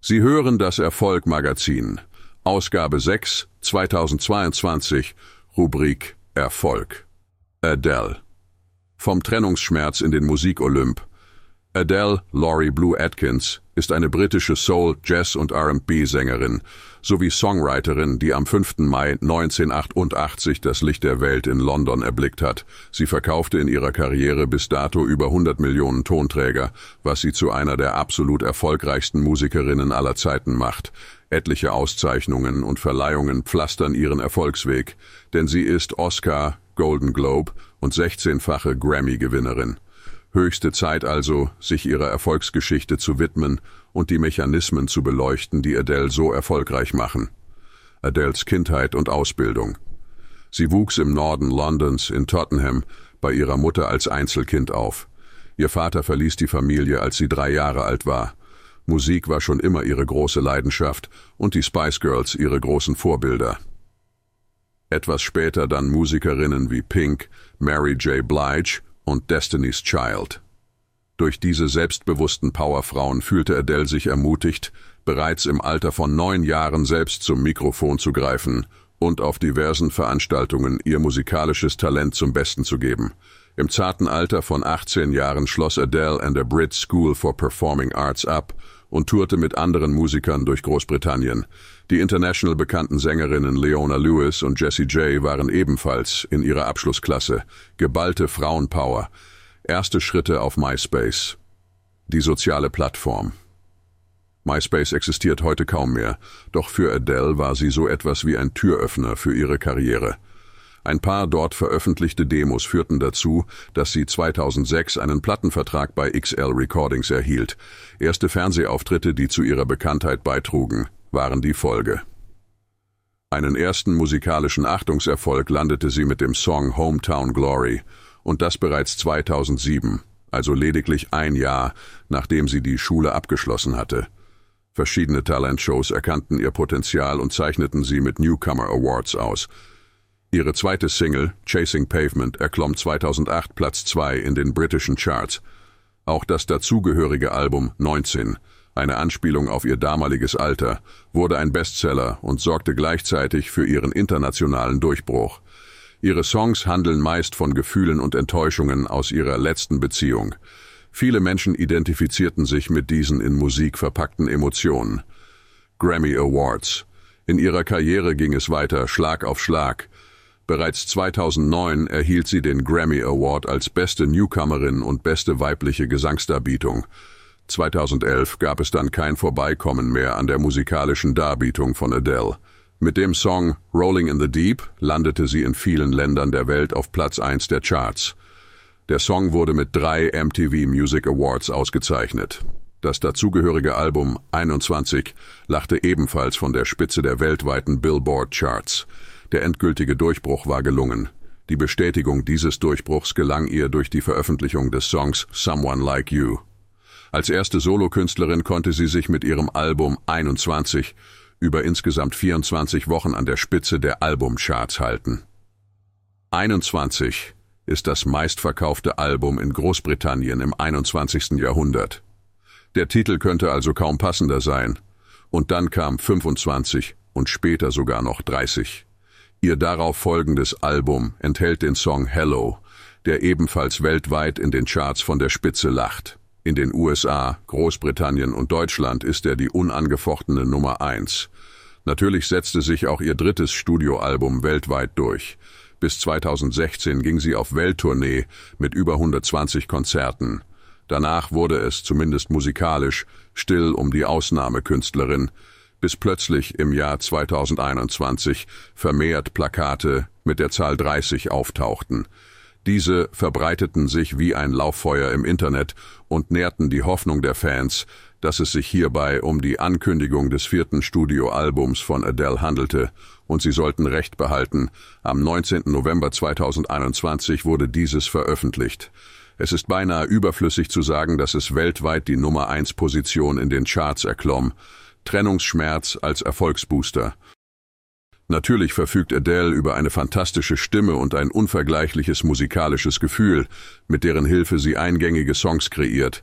Sie hören das Erfolg-Magazin, Ausgabe 6, 2022, Rubrik Erfolg. Adele. Vom Trennungsschmerz in den Musik-Olymp. Adele Laurie Blue Atkins ist eine britische Soul-, Jazz- und R&B-Sängerin sowie Songwriterin, die am 5. Mai 1988 das Licht der Welt in London erblickt hat. Sie verkaufte in ihrer Karriere bis dato über 100 Millionen Tonträger, was sie zu einer der absolut erfolgreichsten Musikerinnen aller Zeiten macht. Etliche Auszeichnungen und Verleihungen pflastern ihren Erfolgsweg, denn sie ist Oscar, Golden Globe und 16-fache Grammy-Gewinnerin. Höchste Zeit also, sich ihrer Erfolgsgeschichte zu widmen und die Mechanismen zu beleuchten, die Adele so erfolgreich machen. Adeles Kindheit und Ausbildung. Sie wuchs im Norden Londons in Tottenham bei ihrer Mutter als Einzelkind auf. Ihr Vater verließ die Familie, als sie 3 Jahre alt war. Musik war schon immer ihre große Leidenschaft und die Spice Girls ihre großen Vorbilder. Etwas später dann Musikerinnen wie Pink, Mary J. Blige und Destiny's Child. Durch diese selbstbewussten Powerfrauen fühlte Adele sich ermutigt, bereits im Alter von 9 Jahren selbst zum Mikrofon zu greifen und auf diversen Veranstaltungen ihr musikalisches Talent zum Besten zu geben. Im zarten Alter von 18 Jahren schloss Adele an der Brit School for Performing Arts ab und tourte mit anderen Musikern durch Großbritannien. Die international bekannten Sängerinnen Leona Lewis und Jessie J waren ebenfalls in ihrer Abschlussklasse. Geballte Frauenpower. Erste Schritte auf MySpace. Die soziale Plattform. MySpace existiert heute kaum mehr, doch für Adele war sie so etwas wie ein Türöffner für ihre Karriere. Ein paar dort veröffentlichte Demos führten dazu, dass sie 2006 einen Plattenvertrag bei XL Recordings erhielt. Erste Fernsehauftritte, die zu ihrer Bekanntheit beitrugen, waren die Folge. Einen ersten musikalischen Achtungserfolg landete sie mit dem Song Hometown Glory, und das bereits 2007, also lediglich ein Jahr, nachdem sie die Schule abgeschlossen hatte. Verschiedene Talentshows erkannten ihr Potenzial und zeichneten sie mit Newcomer Awards aus. Ihre zweite Single, Chasing Pavement, erklomm 2008 Platz 2 in den britischen Charts. Auch das dazugehörige Album 19, eine Anspielung auf ihr damaliges Alter, wurde ein Bestseller und sorgte gleichzeitig für ihren internationalen Durchbruch. Ihre Songs handeln meist von Gefühlen und Enttäuschungen aus ihrer letzten Beziehung. Viele Menschen identifizierten sich mit diesen in Musik verpackten Emotionen. Grammy Awards. In ihrer Karriere ging es weiter, Schlag auf Schlag. Bereits 2009 erhielt sie den Grammy Award als beste Newcomerin und beste weibliche Gesangsdarbietung. 2011 gab es dann kein Vorbeikommen mehr an der musikalischen Darbietung von Adele. Mit dem Song Rolling in the Deep landete sie in vielen Ländern der Welt auf Platz 1 der Charts. Der Song wurde mit 3 MTV Music Awards ausgezeichnet. Das dazugehörige Album 21 lachte ebenfalls von der Spitze der weltweiten Billboard-Charts. Der endgültige Durchbruch war gelungen. Die Bestätigung dieses Durchbruchs gelang ihr durch die Veröffentlichung des Songs Someone Like You. Als erste Solokünstlerin konnte sie sich mit ihrem Album 21 über insgesamt 24 Wochen an der Spitze der Albumcharts halten. 21 ist das meistverkaufte Album in Großbritannien im 21. Jahrhundert. Der Titel könnte also kaum passender sein. Und dann kam 25 und später sogar noch 30. Ihr darauf folgendes Album enthält den Song Hello, der ebenfalls weltweit in den Charts von der Spitze lacht. In den USA, Großbritannien und Deutschland ist er die unangefochtene Nummer 1. Natürlich setzte sich auch ihr drittes Studioalbum weltweit durch. Bis 2016 ging sie auf Welttournee mit über 120 Konzerten. Danach wurde es, zumindest musikalisch, still um die Ausnahmekünstlerin, bis plötzlich im Jahr 2021 vermehrt Plakate mit der Zahl 30 auftauchten. Diese verbreiteten sich wie ein Lauffeuer im Internet und nährten die Hoffnung der Fans, dass es sich hierbei um die Ankündigung des 4. Studioalbums von Adele handelte, und sie sollten Recht behalten. Am 19. November 2021 wurde dieses veröffentlicht. Es ist beinahe überflüssig zu sagen, dass es weltweit die Nummer 1 Position in den Charts erklomm. Trennungsschmerz als Erfolgsbooster. Natürlich verfügt Adele über eine fantastische Stimme und ein unvergleichliches musikalisches Gefühl, mit deren Hilfe sie eingängige Songs kreiert.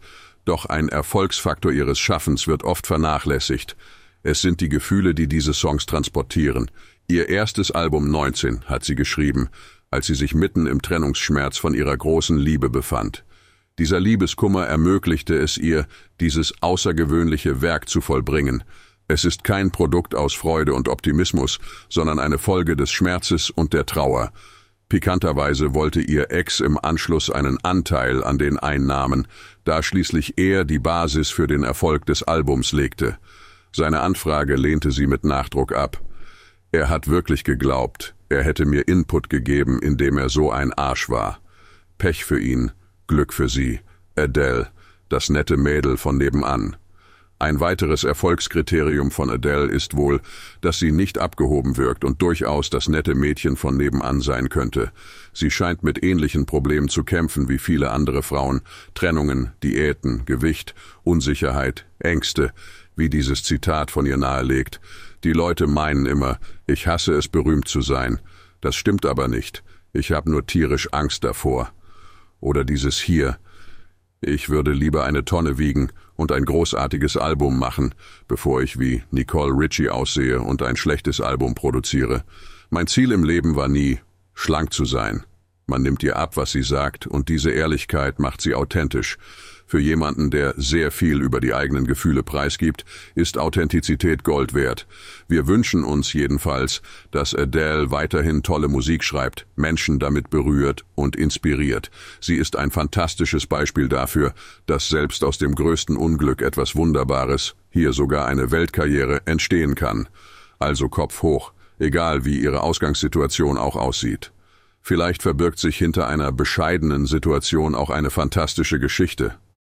Doch ein Erfolgsfaktor ihres Schaffens wird oft vernachlässigt. Es sind die Gefühle, die diese Songs transportieren. Ihr erstes Album 19 hat sie geschrieben, als sie sich mitten im Trennungsschmerz von ihrer großen Liebe befand. Dieser Liebeskummer ermöglichte es ihr, dieses außergewöhnliche Werk zu vollbringen. Es ist kein Produkt aus Freude und Optimismus, sondern eine Folge des Schmerzes und der Trauer. Pikanterweise wollte ihr Ex im Anschluss einen Anteil an den Einnahmen, da schließlich er die Basis für den Erfolg des Albums legte. Seine Anfrage lehnte sie mit Nachdruck ab. Er hat wirklich geglaubt, er hätte mir Input gegeben, indem er so ein Arsch war. Pech für ihn, Glück für sie. Adele, das nette Mädel von nebenan. Ein weiteres Erfolgskriterium von Adele ist wohl, dass sie nicht abgehoben wirkt und durchaus das nette Mädchen von nebenan sein könnte. Sie scheint mit ähnlichen Problemen zu kämpfen wie viele andere Frauen. Trennungen, Diäten, Gewicht, Unsicherheit, Ängste, wie dieses Zitat von ihr nahelegt. Die Leute meinen immer, ich hasse es, berühmt zu sein. Das stimmt aber nicht. Ich habe nur tierisch Angst davor. Oder dieses hier. Ich würde lieber eine Tonne wiegen und ein großartiges Album machen, bevor ich wie Nicole Richie aussehe und ein schlechtes Album produziere. Mein Ziel im Leben war nie, schlank zu sein. Man nimmt ihr ab, was sie sagt, und diese Ehrlichkeit macht sie authentisch. Für jemanden, der sehr viel über die eigenen Gefühle preisgibt, ist Authentizität Gold wert. Wir wünschen uns jedenfalls, dass Adele weiterhin tolle Musik schreibt, Menschen damit berührt und inspiriert. Sie ist ein fantastisches Beispiel dafür, dass selbst aus dem größten Unglück etwas Wunderbares, hier sogar eine Weltkarriere, entstehen kann. Also Kopf hoch, egal wie ihre Ausgangssituation auch aussieht. Vielleicht verbirgt sich hinter einer bescheidenen Situation auch eine fantastische Geschichte.